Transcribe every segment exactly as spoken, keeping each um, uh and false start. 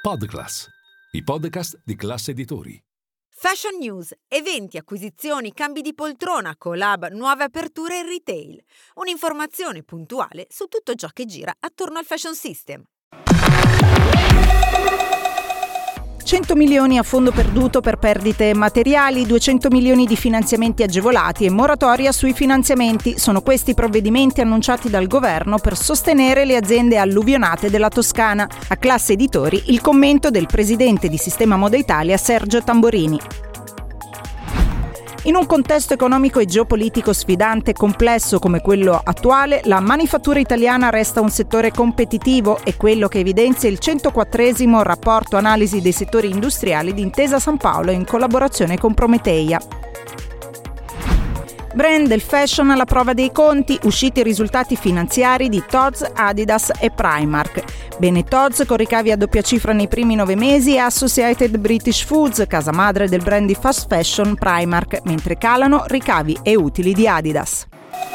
Podclass, i podcast di Class Editori. Fashion News, eventi, acquisizioni, cambi di poltrona, collab, nuove aperture in retail. Un'informazione puntuale su tutto ciò che gira attorno al fashion system. cento milioni a fondo perduto per perdite materiali, duecento milioni di finanziamenti agevolati e moratoria sui finanziamenti. Sono questi i provvedimenti annunciati dal governo per sostenere le aziende alluvionate della Toscana. A Class Editori il commento del presidente di Sistema Moda Italia Sergio Tamborini. In un contesto economico e geopolitico sfidante e complesso come quello attuale, la manifattura italiana resta un settore competitivo, è quello che evidenzia il centoquattresimo rapporto analisi dei settori industriali di Intesa San Paolo in collaborazione con Prometeia. Brand del fashion alla prova dei conti, usciti i risultati finanziari di Tod's, Adidas e Primark. Bene Tod's con ricavi a doppia cifra nei primi nove mesi e Associated British Foods, casa madre del brand di fast fashion Primark, mentre calano ricavi e utili di Adidas.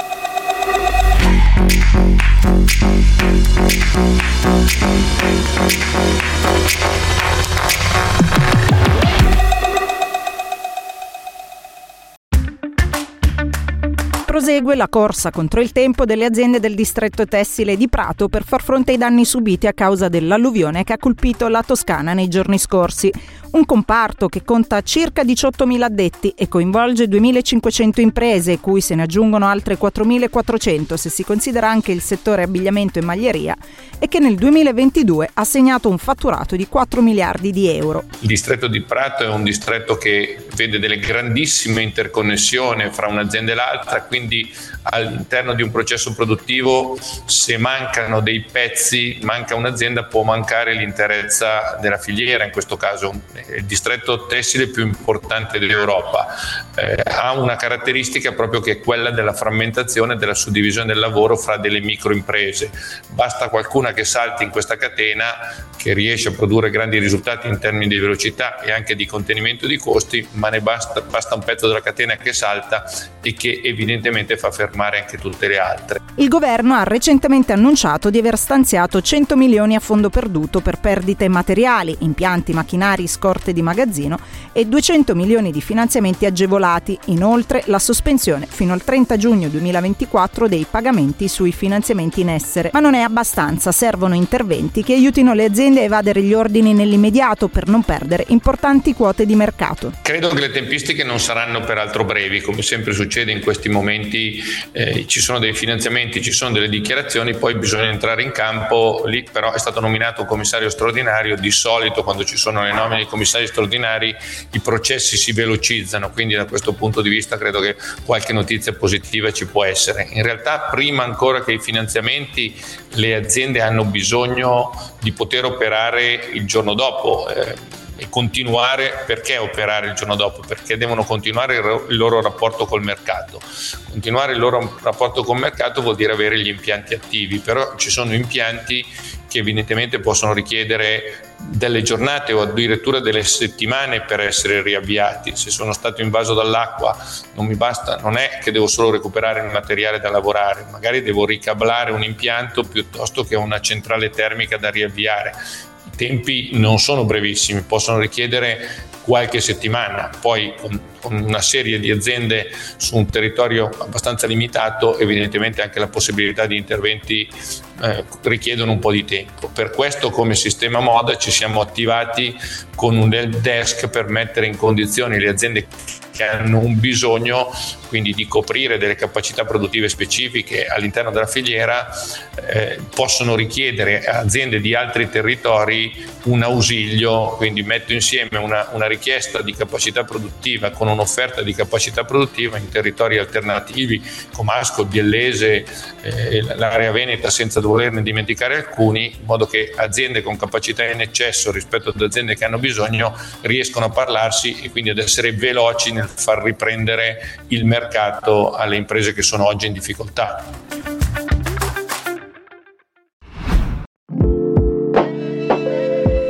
Prosegue la corsa contro il tempo delle aziende del distretto tessile di Prato per far fronte ai danni subiti a causa dell'alluvione che ha colpito la Toscana nei giorni scorsi. Un comparto che conta circa diciottomila addetti e coinvolge duemilacinquecento imprese, cui se ne aggiungono altre quattromilaquattrocento se si considera anche il settore abbigliamento e maglieria, e che nel duemilaventidue ha segnato un fatturato di quattro miliardi di euro. Il distretto di Prato è un distretto che vede delle grandissime interconnessioni fra un'azienda e l'altra, quindi all'interno di un processo produttivo, se mancano dei pezzi, manca un'azienda, può mancare l'interezza della filiera. In questo caso il distretto tessile più importante dell'Europa eh, ha una caratteristica proprio che è quella della frammentazione e della suddivisione del lavoro fra delle microimprese. Basta qualcuna che salti in questa catena, che riesce a produrre grandi risultati in termini di velocità e anche di contenimento di costi, ma ne basta, basta un pezzo della catena che salta e che evidentemente fa fermare anche tutte le altre. Il governo ha recentemente annunciato di aver stanziato cento milioni a fondo perduto per perdite materiali, impianti, macchinari, scorte di magazzino e duecento milioni di finanziamenti agevolati. Inoltre la sospensione fino al trenta giugno duemilaventiquattro dei pagamenti sui finanziamenti in essere. Ma non è abbastanza, servono interventi che aiutino le aziende a evadere gli ordini nell'immediato per non perdere importanti quote di mercato. Credo che le tempistiche non saranno peraltro brevi, come sempre succede in questi momenti. Eh, ci sono dei finanziamenti, ci sono delle dichiarazioni, poi bisogna entrare in campo. Lì però è stato nominato un commissario straordinario. Di solito quando ci sono le nomine di commissari straordinari i processi si velocizzano, quindi da questo punto di vista credo che qualche notizia positiva ci può essere. In realtà prima ancora che i finanziamenti, le aziende hanno bisogno di poter operare il giorno dopo eh, e continuare. Perché operare il giorno dopo? Perché devono continuare il loro rapporto col mercato. Continuare il loro rapporto col mercato vuol dire avere gli impianti attivi, però ci sono impianti che evidentemente possono richiedere delle giornate o addirittura delle settimane per essere riavviati. Se sono stato invaso dall'acqua non mi basta, non è che devo solo recuperare il materiale da lavorare, magari devo ricablare un impianto piuttosto che una centrale termica da riavviare. I tempi non sono brevissimi, possono richiedere qualche settimana. Poi con, con una serie di aziende su un territorio abbastanza limitato, evidentemente anche la possibilità di interventi eh, richiedono un po' di tempo. Per questo come Sistema Moda ci siamo attivati con un help desk per mettere in condizioni le aziende che hanno un bisogno, quindi di coprire delle capacità produttive specifiche all'interno della filiera, eh, possono richiedere a aziende di altri territori un ausilio. Quindi metto insieme una, una richiesta di capacità produttiva con un'offerta di capacità produttiva in territori alternativi come Ascoli, Biellese, eh, l'area veneta, senza volerne dimenticare alcuni, in modo che aziende con capacità in eccesso rispetto ad aziende che hanno bisogno riescono a parlarsi e quindi ad essere veloci nel far riprendere il mercato alle imprese che sono oggi in difficoltà.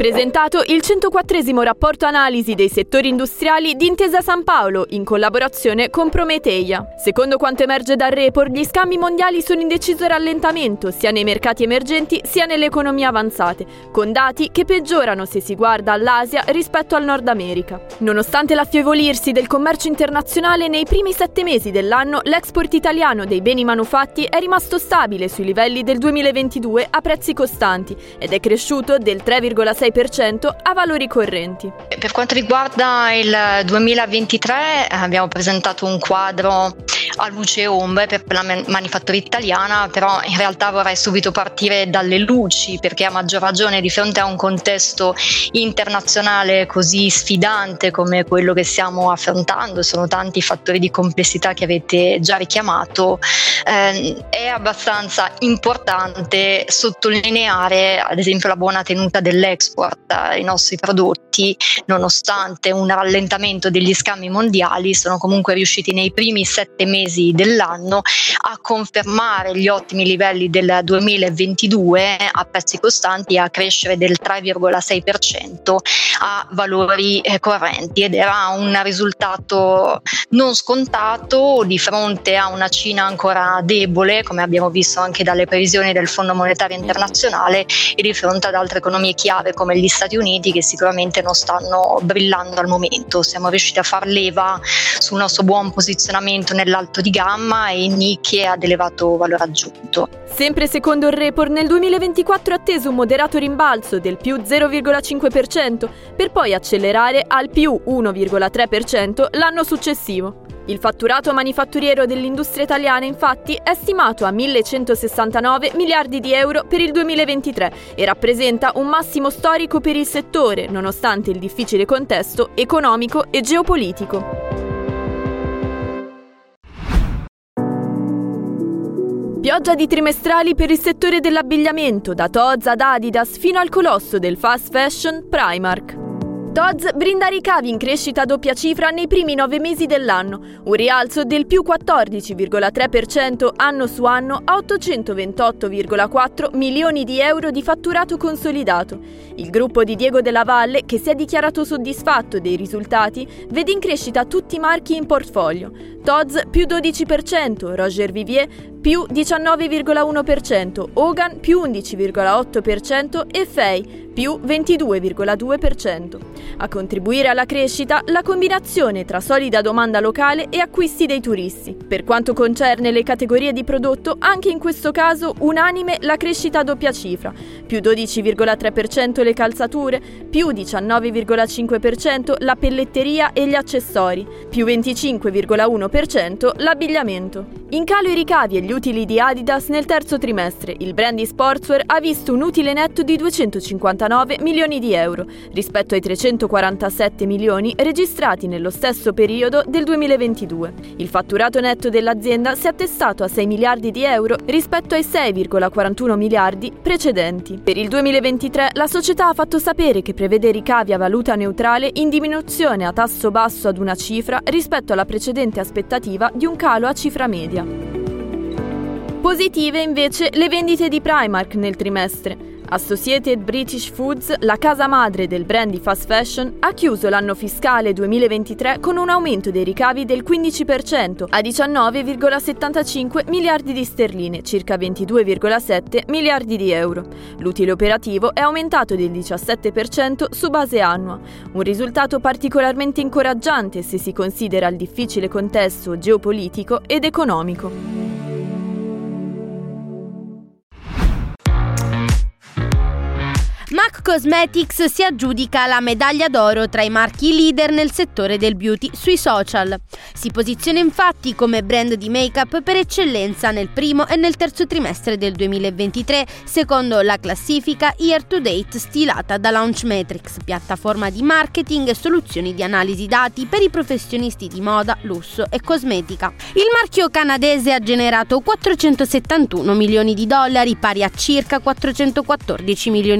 presentato il centoquattresimo rapporto analisi dei settori industriali di Intesa San Paolo in collaborazione con Prometeia. Secondo quanto emerge dal report, gli scambi mondiali sono in deciso rallentamento sia nei mercati emergenti sia nelle economie avanzate, con dati che peggiorano se si guarda all'Asia rispetto al Nord America. Nonostante l'affievolirsi del commercio internazionale, nei primi sette mesi dell'anno l'export italiano dei beni manufatti è rimasto stabile sui livelli del duemilaventidue a prezzi costanti ed è cresciuto del tre virgola sei per cento a valori correnti. Per quanto riguarda il duemilaventitré abbiamo presentato un quadro a luce e ombre per la manifattura italiana, però in realtà vorrei subito partire dalle luci, perché a maggior ragione di fronte a un contesto internazionale così sfidante come quello che stiamo affrontando, sono tanti i fattori di complessità che avete già richiamato, eh, è abbastanza importante sottolineare ad esempio la buona tenuta dell'export. I nostri prodotti, nonostante un rallentamento degli scambi mondiali, sono comunque riusciti nei primi sette mesi dell'anno a confermare gli ottimi livelli del duemilaventidue a prezzi costanti e a crescere del tre virgola sei per cento a valori eh, correnti, ed era un risultato non scontato di fronte a una Cina ancora debole, come abbiamo visto anche dalle previsioni del Fondo Monetario Internazionale, e di fronte ad altre economie chiave come gli Stati Uniti, che sicuramente non stanno brillando al momento. Siamo riusciti a far leva sul nostro buon posizionamento nell'alto di gamma e in nicchie ad elevato valore aggiunto. Sempre secondo il report, nel duemilaventiquattro è atteso un moderato rimbalzo del più zero virgola cinque per cento, per poi accelerare al più uno virgola tre per cento l'anno successivo. Il fatturato manifatturiero dell'industria italiana infatti è stimato a millecentosessantanove miliardi di euro per il duemilaventitré e rappresenta un massimo storico per il settore, nonostante il difficile contesto economico e geopolitico. Pioggia di trimestrali per il settore dell'abbigliamento, da Tod's ad Adidas fino al colosso del fast fashion Primark. Tod's brinda ricavi in crescita a doppia cifra nei primi nove mesi dell'anno, un rialzo del più quattordici virgola tre per cento anno su anno a ottocentoventotto virgola quattro milioni di euro di fatturato consolidato. Il gruppo di Diego Della Valle, che si è dichiarato soddisfatto dei risultati, vede in crescita tutti i marchi in portfolio. Tod's più dodici per cento, Roger Vivier più diciannove virgola uno per cento, Hogan più undici virgola otto per cento e Fay più ventidue virgola due per cento. A contribuire alla crescita la combinazione tra solida domanda locale e acquisti dei turisti. Per quanto concerne le categorie di prodotto, anche in questo caso unanime la crescita a doppia cifra, più dodici virgola tre per cento le calzature, più diciannove virgola cinque per cento la pelletteria e gli accessori, più venticinque virgola uno per cento l'abbigliamento. In calo i ricavi e gli utili di Adidas nel terzo trimestre. Il brand di sportswear ha visto un utile netto di duecentocinquantanove milioni di euro rispetto ai trecentoquarantasette milioni registrati nello stesso periodo del duemilaventidue. Il fatturato netto dell'azienda si è attestato a sei miliardi di euro rispetto ai sei virgola quarantuno miliardi precedenti. Per il duemilaventitré la società ha fatto sapere che prevede ricavi a valuta neutrale in diminuzione a tasso basso ad una cifra rispetto alla precedente aspettativa di un calo a cifra media. Positive invece le vendite di Primark nel trimestre. Associated British Foods, la casa madre del brand di fast fashion, ha chiuso l'anno fiscale duemilaventitré con un aumento dei ricavi del quindici per cento a diciannove virgola settantacinque miliardi di sterline, circa ventidue virgola sette miliardi di euro. L'utile operativo è aumentato del diciassette per cento su base annua, un risultato particolarmente incoraggiante se si considera il difficile contesto geopolitico ed economico. MAC Cosmetics si aggiudica la medaglia d'oro tra i marchi leader nel settore del beauty sui social. Si posiziona infatti come brand di make-up per eccellenza nel primo e nel terzo trimestre del duemilaventitré, secondo la classifica Year to Date stilata da Launchmetrics, piattaforma di marketing e soluzioni di analisi dati per i professionisti di moda, lusso e cosmetica. Il marchio canadese ha generato quattrocentosettantuno milioni di dollari, pari a circa quattrocentoquattordici milioni di euro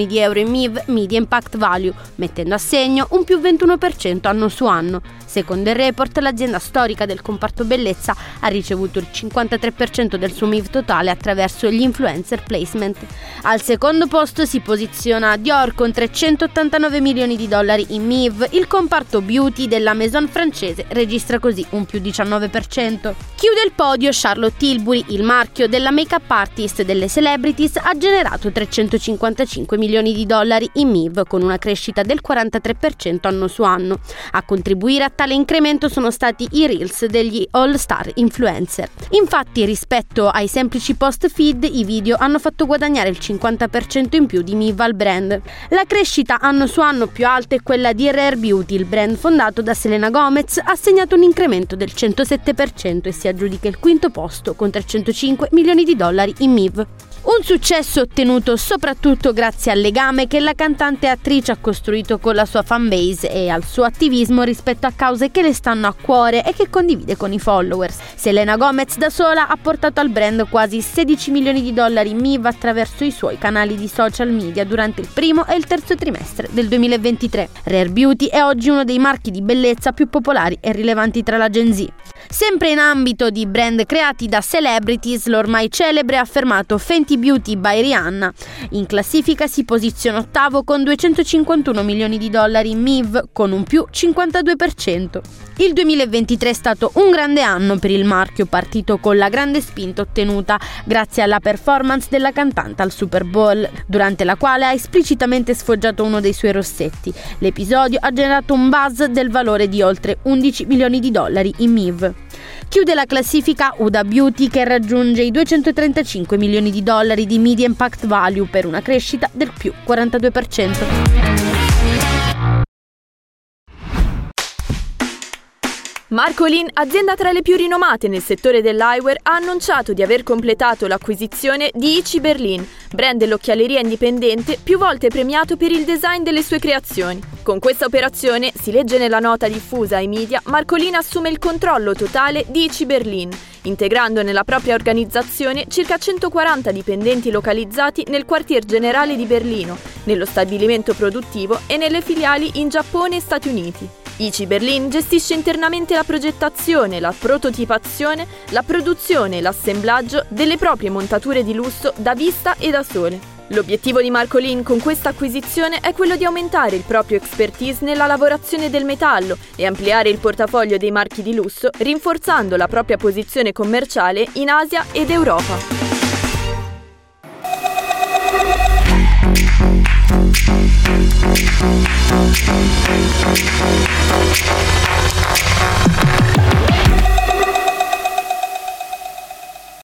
in M I V Media Impact Value, mettendo a segno un più ventuno per cento anno su anno. Secondo il report, l'azienda storica del comparto bellezza ha ricevuto il cinquantatré per cento del suo M I V totale attraverso gli influencer placement. Al secondo posto si posiziona Dior con trecentottantanove milioni di dollari in M I V. Il comparto beauty della maison francese registra così un più diciannove per cento. Chiude il podio Charlotte Tilbury, il marchio della make-up artist delle celebrities, ha generato trecentocinquantacinque milioni di dollari in M I V con una crescita del quarantatré per cento anno su anno. A contribuire a tale incremento sono stati i reels degli all-star influencer. Infatti, rispetto ai semplici post feed, i video hanno fatto guadagnare il cinquanta per cento in più di M I V al brand. La crescita anno su anno più alta è quella di Rare Beauty, il brand fondato da Selena Gomez, ha segnato un incremento del centosette per cento e si aggiudica il quinto posto con trecentocinque milioni di dollari in M I V. Un successo ottenuto soprattutto grazie al legame che la cantante e attrice ha costruito con la sua fanbase e al suo attivismo rispetto a cause che le stanno a cuore e che condivide con i followers. Selena Gomez da sola ha portato al brand quasi sedici milioni di dollari in M I V attraverso i suoi canali di social media durante il primo e il terzo trimestre del duemilaventitré. Rare Beauty è oggi uno dei marchi di bellezza più popolari e rilevanti tra la Gen Z. Sempre in ambito di brand creati da celebrities, l'ormai celebre ha affermato Fenty Beauty by Rihanna. In classifica si posiziona ottavo con duecentocinquantuno milioni di dollari in M I V con un più cinquantadue per cento. Il duemilaventitré è stato un grande anno per il marchio, partito con la grande spinta ottenuta grazie alla performance della cantante al Super Bowl, durante la quale ha esplicitamente sfoggiato uno dei suoi rossetti. L'episodio ha generato un buzz del valore di oltre undici milioni di dollari in M I V. Chiude la classifica Huda Beauty, che raggiunge i duecentotrentacinque milioni di dollari di Media Impact Value per una crescita del più quarantadue per cento. Marcolin, azienda tra le più rinomate nel settore dell'eyewear, ha annunciato di aver completato l'acquisizione di I C I Berlin, brand dell'occhialeria indipendente più volte premiato per il design delle sue creazioni. Con questa operazione, si legge nella nota diffusa ai media, Marcolin assume il controllo totale di I C I Berlin, integrando nella propria organizzazione circa centoquaranta dipendenti localizzati nel quartier generale di Berlino, nello stabilimento produttivo e nelle filiali in Giappone e Stati Uniti. I C I Berlin gestisce internamente la progettazione, la prototipazione, la produzione e l'assemblaggio delle proprie montature di lusso da vista e da sole. L'obiettivo di Marcolin con questa acquisizione è quello di aumentare il proprio expertise nella lavorazione del metallo e ampliare il portafoglio dei marchi di lusso, rinforzando la propria posizione commerciale in Asia ed Europa.